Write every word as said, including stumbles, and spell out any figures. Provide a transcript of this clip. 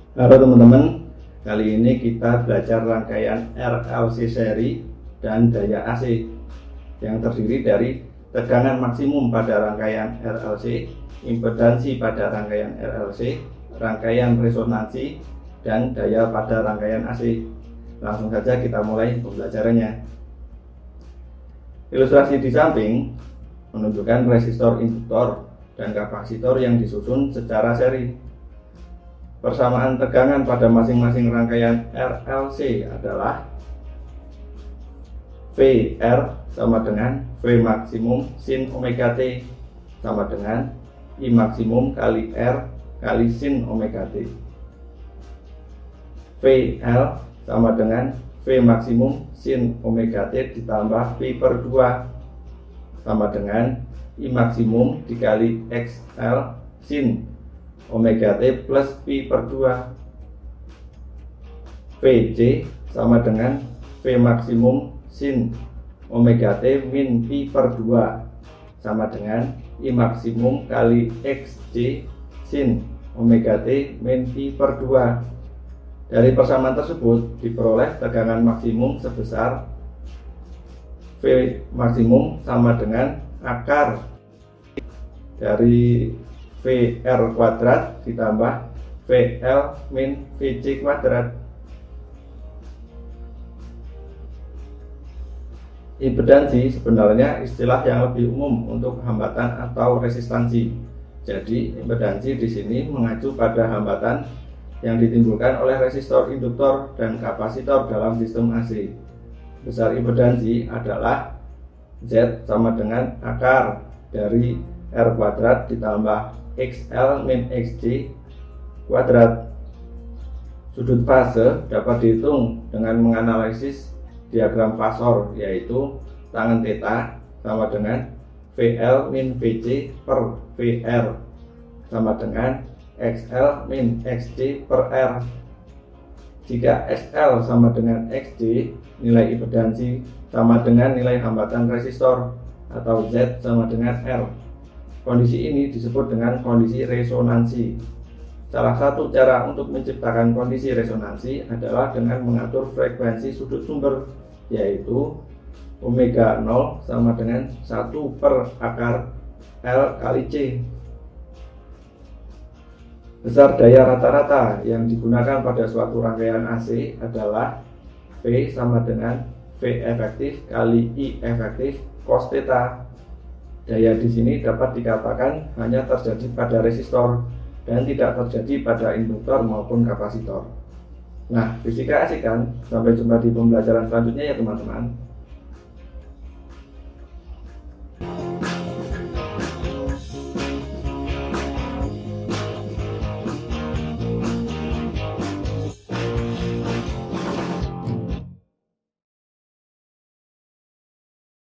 Halo teman-teman, kali ini kita belajar rangkaian R L C seri dan daya A C yang terdiri dari tegangan maksimum pada rangkaian R L C, impedansi pada rangkaian R L C, rangkaian resonansi, dan daya pada rangkaian A C. Langsung saja kita mulai pembelajarannya. Ilustrasi di samping menunjukkan resistor induktor dan kapasitor yang disusun secara seri. Persamaan tegangan pada masing-masing rangkaian R L C adalah V R sama dengan V maksimum sin omega T sama dengan I maksimum kali R kali sin omega T. V L sama dengan V maksimum sin omega T ditambah P per dua sama dengan I maksimum dikali X L sin omega T plus Pi per dua. V C sama dengan V maksimum sin omega T min Pi per dua sama dengan I maksimum kali X C sin omega T min Pi per dua. Dari persamaan tersebut diperoleh tegangan maksimum sebesar V maksimum sama dengan akar dari V R kuadrat ditambah V L min V C kuadrat. Impedansi sebenarnya istilah yang lebih umum untuk hambatan atau resistansi. Jadi impedansi di sini mengacu pada hambatan yang ditimbulkan oleh resistor induktor dan kapasitor dalam sistem A C. Besar impedansi adalah Z sama dengan akar dari R kuadrat ditambah X L min X C kuadrat. Sudut fase dapat dihitung dengan menganalisis diagram fasor, yaitu tangen theta sama dengan V L min V C per V R sama dengan X L min X C per R. Jika X L sama dengan X C, nilai impedansi sama dengan nilai hambatan resistor atau Z sama dengan R. Kondisi ini disebut dengan kondisi resonansi. Salah satu cara untuk menciptakan kondisi resonansi adalah dengan mengatur frekuensi sudut sumber, yaitu omega nol sama dengan satu per akar L kali C. Besar daya rata-rata yang digunakan pada suatu rangkaian A C adalah P sama dengan V efektif kali I efektif cos theta. Daya di sini dapat dikatakan hanya terjadi pada resistor dan tidak terjadi pada induktor maupun kapasitor. Nah, fisika asik kan? Sampai jumpa di pembelajaran selanjutnya ya teman-teman.